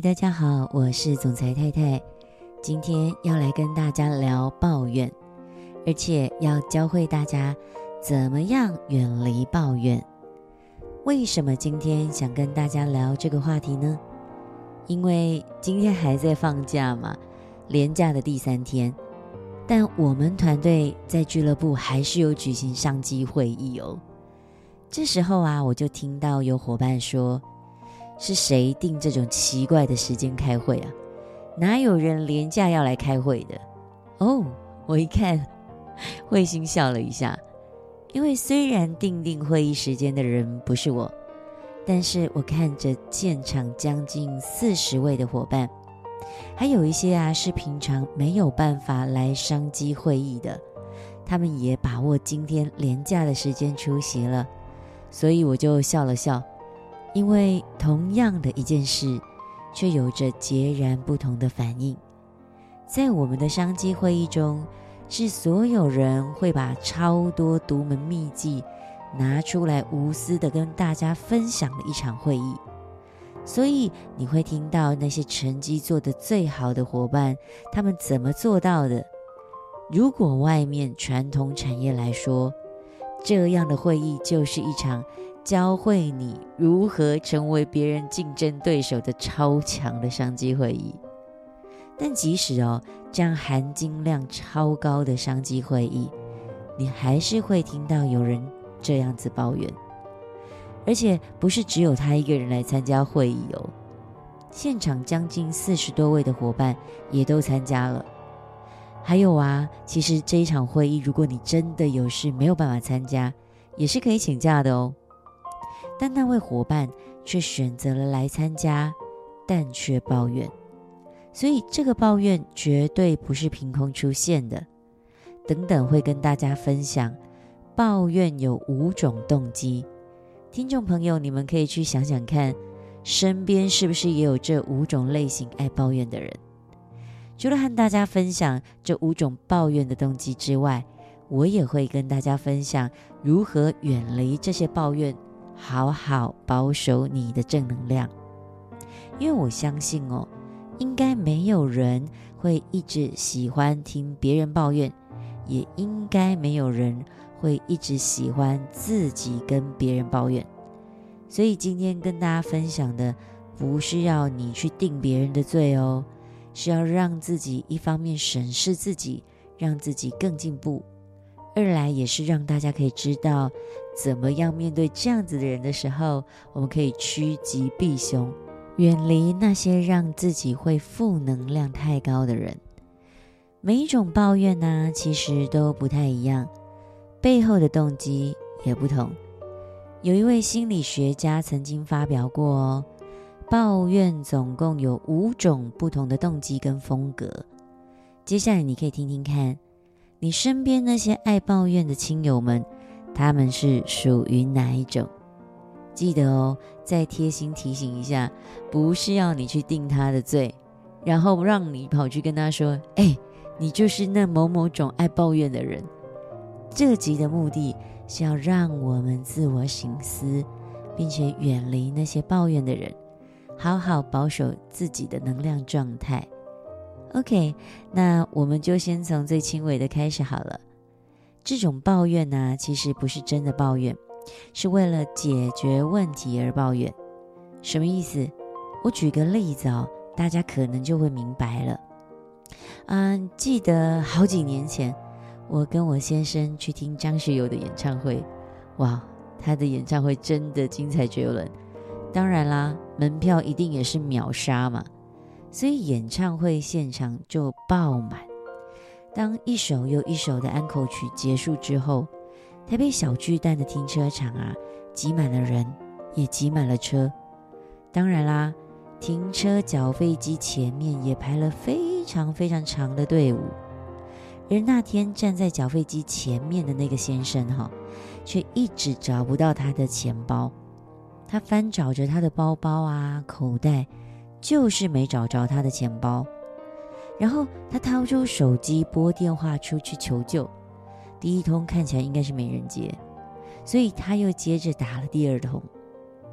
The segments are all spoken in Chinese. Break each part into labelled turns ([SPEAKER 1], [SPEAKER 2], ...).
[SPEAKER 1] 大家好，我是总裁太太。今天要来跟大家聊抱怨，而且要教会大家怎么样远离抱怨。为什么今天想跟大家聊这个话题呢？因为今天还在放假嘛，连假的第3天，但我们团队在俱乐部还是有举行商机会议哦。这时候啊，我就听到有伙伴说，是谁定这种奇怪的时间开会啊？哪有人连假要来开会的？哦，我一看，会心笑了一下，因为虽然定会议时间的人不是我，但是我看着现场将近40位的伙伴，还有一些啊是平常没有办法来商机会议的，他们也把握今天连假的时间出席了，所以我就笑了笑。因为同样的一件事，却有着截然不同的反应。在我们的商机会议中，是所有人会把超多独门秘技拿出来无私的跟大家分享的一场会议。所以你会听到那些成绩做得最好的伙伴，他们怎么做到的。如果外面传统产业来说，这样的会议就是一场教会你如何成为别人竞争对手的超强的商机会议。但即使这样含金量超高的商机会议，你还是会听到有人这样子抱怨。而且不是只有他一个人来参加会议哦，现场将近40多位的伙伴也都参加了。还有啊，其实这一场会议，如果你真的有事没有办法参加，也是可以请假的哦。但那位伙伴却选择了来参加，但却抱怨。所以这个抱怨绝对不是凭空出现的。等等会跟大家分享，抱怨有5种动机。听众朋友，你们可以去想想看，身边是不是也有这5种类型爱抱怨的人？除了和大家分享这5种抱怨的动机之外，我也会跟大家分享如何远离这些抱怨，好好保守你的正能量。因为我相信应该没有人会一直喜欢听别人抱怨，也应该没有人会一直喜欢自己跟别人抱怨。所以今天跟大家分享的，不是要你去定别人的罪哦，是要让自己一方面审视自己，让自己更进步；二来也是让大家可以知道，怎么样面对这样子的人的时候，我们可以趋吉避凶，远离那些让自己会负能量太高的人。每一种抱怨呢，其实都不太一样，背后的动机也不同。有一位心理学家曾经发表过抱怨总共有5种不同的动机跟风格。接下来你可以听听看，你身边那些爱抱怨的亲友们，他们是属于哪一种？记得再贴心提醒一下，不是要你去定他的罪，然后让你跑去跟他说，你就是那某某种爱抱怨的人。这集的目的是要让我们自我省思，并且远离那些抱怨的人，好好保守自己的能量状态。OK， 那我们就先从最轻微的开始好了。这种抱怨呢，其实不是真的抱怨，是为了解决问题而抱怨。什么意思？我举个例子大家可能就会明白了。记得好几年前，我跟我先生去听张学友的演唱会，哇，他的演唱会真的精彩绝伦。当然啦，门票一定也是秒杀嘛，所以演唱会现场就爆满。当一首又一首的安可曲结束之后，台北小巨蛋的停车场挤满了人，也挤满了车。当然啦，停车缴费机前面也排了非常非常长的队伍。而那天站在缴费机前面的那个先生却一直找不到他的钱包。他翻找着他的包包口袋，就是没找着他的钱包。然后他掏出手机拨电话出去求救，第一通看起来应该是没人接，所以他又接着打了第2通。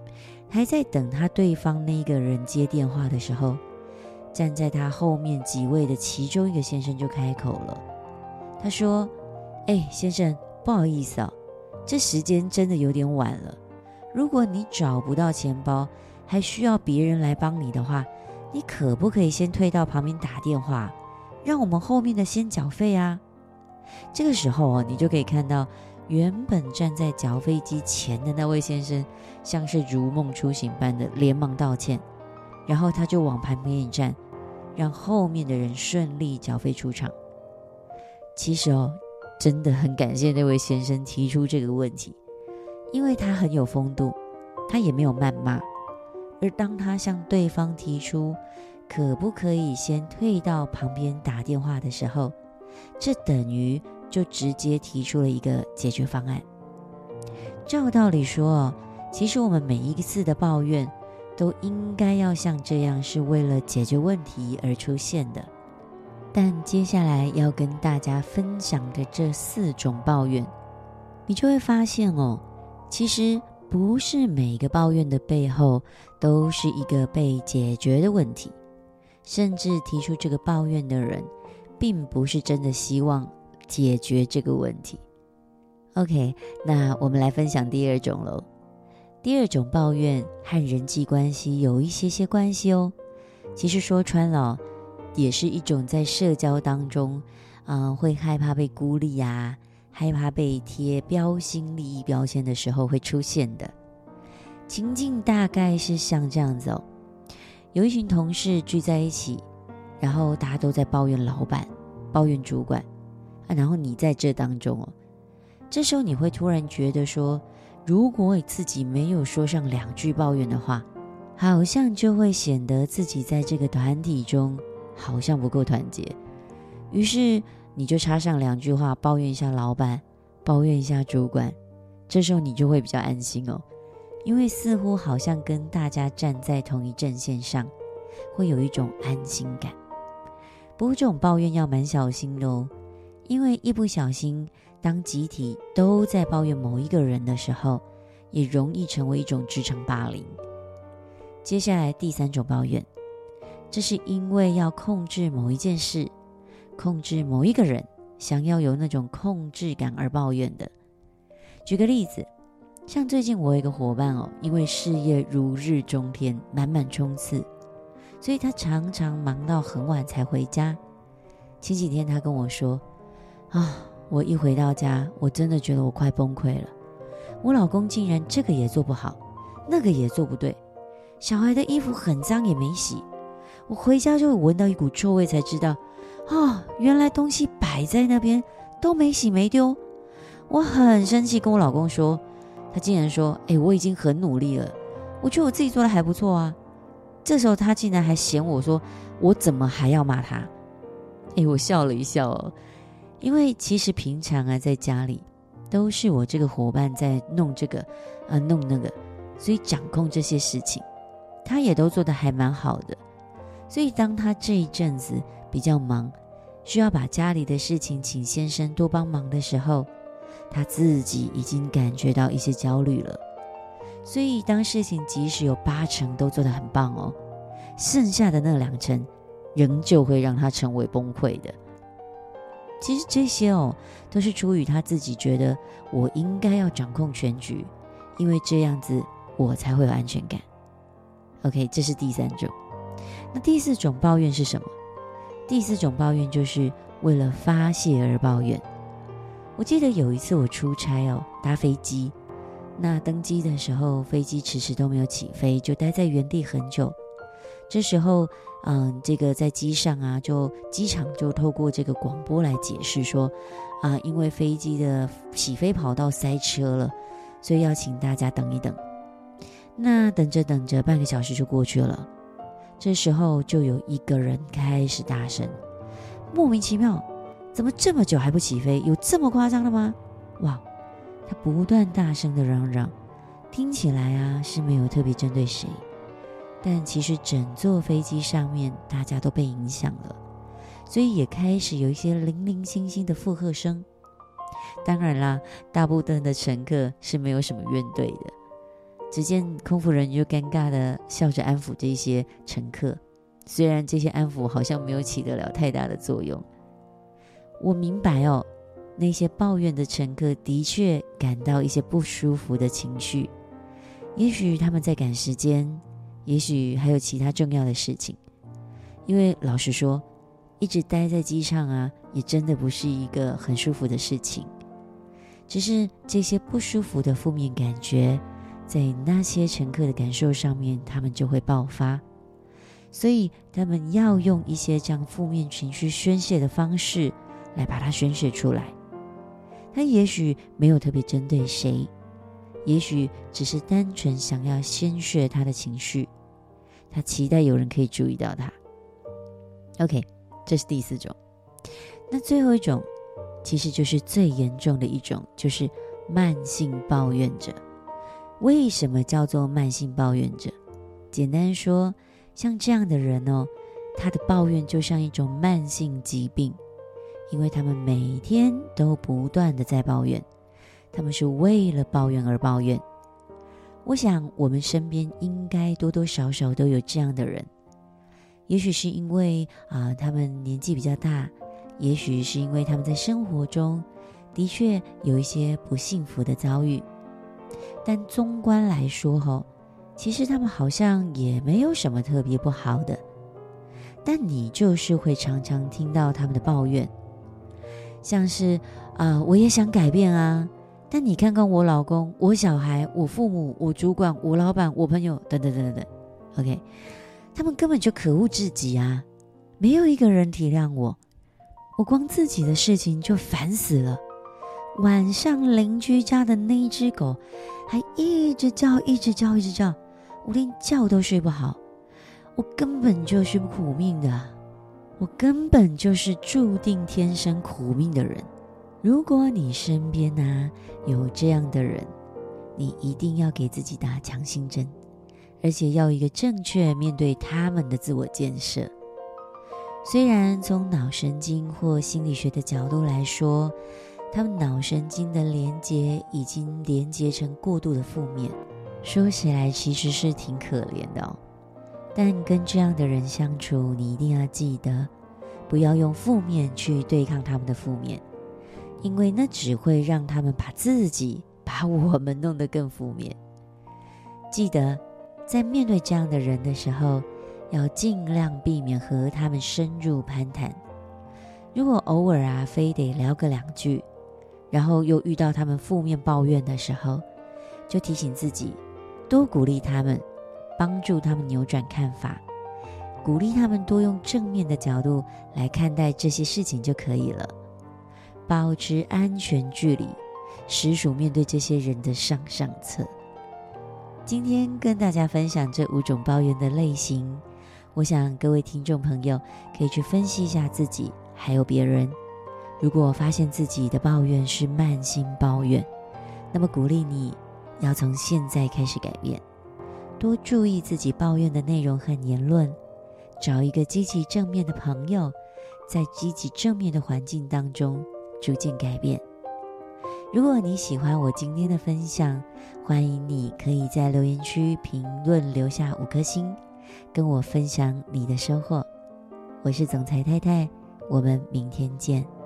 [SPEAKER 1] 还在等他对方那个人接电话的时候，站在他后面几位的其中一个先生就开口了。他说：先生，不好意思这时间真的有点晚了，如果你找不到钱包，还需要别人来帮你的话，你可不可以先退到旁边打电话，让我们后面的先缴费啊？这个时候你就可以看到原本站在缴费机前的那位先生像是如梦初醒般的连忙道歉，然后他就往旁边一站，让后面的人顺利缴费出场。其实真的很感谢那位先生提出这个问题，因为他很有风度，他也没有谩骂。而当他向对方提出可不可以先退到旁边打电话的时候，这等于就直接提出了一个解决方案。照道理说其实我们每一次的抱怨都应该要像这样，是为了解决问题而出现的。但接下来要跟大家分享的这4种抱怨，你就会发现其实不是每个抱怨的背后都是一个被解决的问题，甚至提出这个抱怨的人并不是真的希望解决这个问题。 OK， 那我们来分享第2种咯。第2种抱怨和人际关系有一些关系其实说穿了也是一种在社交当中会害怕被孤立害怕被贴标新立异标签的时候会出现的情境。大概是像这样子有一群同事聚在一起，然后大家都在抱怨老板，抱怨主管然后你在这当中这时候你会突然觉得说，如果自己没有说上2句抱怨的话，好像就会显得自己在这个团体中好像不够团结，于是你就插上2句话，抱怨一下老板，抱怨一下主管，这时候你就会比较安心因为似乎好像跟大家站在同一阵线上，会有一种安心感。不过这种抱怨要蛮小心的因为一不小心，当集体都在抱怨某一个人的时候，也容易成为一种职场霸凌。接下来第3种抱怨，这是因为要控制某一件事，控制某一个人，想要有那种控制感而抱怨的。举个例子，像最近我有一个伙伴因为事业如日中天，满满冲刺，所以他常常忙到很晚才回家。前几天他跟我说我一回到家，我真的觉得我快崩溃了。我老公竟然这个也做不好，那个也做不对，小孩的衣服很脏也没洗，我回家就闻到一股臭味，才知道原来东西摆在那边都没洗没丢。我很生气，跟我老公说，他竟然说我已经很努力了，我觉得我自己做的还不错啊。这时候他竟然还嫌我说，我怎么还要骂他。我笑了一笑因为其实平常在家里都是我这个伙伴在弄这个弄那个，所以掌控这些事情他也都做得还蛮好的。所以当他这一阵子比较忙，需要把家里的事情请先生多帮忙的时候，他自己已经感觉到一些焦虑了。所以当事情即使有8成都做得很棒剩下的那2成仍旧会让他成为崩溃的。其实这些都是出于他自己觉得我应该要掌控全局，因为这样子我才会有安全感。 OK， 这是第3种。那第4种抱怨是什么？第4种抱怨就是为了发泄而抱怨。我记得有一次我出差搭飞机，那登机的时候飞机迟迟都没有起飞，就待在原地很久。这时候这个在机上就机场就透过这个广播来解释说因为飞机的起飞跑道塞车了，所以要请大家等一等。那等着等着半个小时就过去了，这时候就有一个人开始大声，莫名其妙，怎么这么久还不起飞？有这么夸张的吗？哇，他不断大声的嚷嚷，听起来是没有特别针对谁，但其实整座飞机上面大家都被影响了，所以也开始有一些零零星星的附和声。当然啦，大部分的乘客是没有什么怨怼的。 只见空服人就尴尬的笑着安抚这些乘客，虽然这些安抚好像没有起得了太大的作用。我明白哦，那些抱怨的乘客的确感到一些不舒服的情绪，也许他们在赶时间，也许还有其他重要的事情。因为老实说，一直待在机场啊，也真的不是一个很舒服的事情。只是这些不舒服的负面感觉，在那些乘客的感受上面，他们就会爆发。所以他们要用一些这样负面情绪宣泄的方式来把它宣泄出来。他也许没有特别针对谁，也许只是单纯想要宣泄他的情绪，他期待有人可以注意到他。OK， 这是第4种。那最后一种其实就是最严重的一种，就是慢性抱怨者。为什么叫做慢性抱怨者？简单说，像这样的人他的抱怨就像一种慢性疾病，因为他们每天都不断的在抱怨，他们是为了抱怨而抱怨。我想我们身边应该多多少少都有这样的人，也许是因为他们年纪比较大，也许是因为他们在生活中的确有一些不幸福的遭遇，但综观来说其实他们好像也没有什么特别不好的，但你就是会常常听到他们的抱怨，像是我也想改变啊，但你看看我老公、我小孩、我父母、我主管、我老板、我朋友等等等等等。 OK， 他们根本就可恶至极啊，没有一个人体谅我光自己的事情就烦死了。晚上邻居家的那一只狗还一直叫一直叫一直叫，我连觉都睡不好。我根本就是苦命的，我根本就是注定天生苦命的人。如果你身边有这样的人，你一定要给自己打强心针，而且要一个正确面对他们的自我建设。虽然从脑神经或心理学的角度来说，他们脑神经的连接已经连接成过度的负面，说起来其实是挺可怜的但跟这样的人相处，你一定要记得不要用负面去对抗他们的负面，因为那只会让他们把我们弄得更负面。记得在面对这样的人的时候，要尽量避免和他们深入攀谈。如果偶尔非得聊个2句，然后又遇到他们负面抱怨的时候，就提醒自己多鼓励他们，帮助他们扭转看法，鼓励他们多用正面的角度来看待这些事情就可以了。保持安全距离，实属面对这些人的上策。今天跟大家分享这5种抱怨的类型，我想各位听众朋友可以去分析一下自己还有别人。如果发现自己的抱怨是慢性抱怨，那么鼓励你要从现在开始改变，多注意自己抱怨的内容和言论，找一个积极正面的朋友，在积极正面的环境当中逐渐改变。如果你喜欢我今天的分享，欢迎你可以在留言区评论留下5颗星，跟我分享你的收获。我是总裁太太，我们明天见。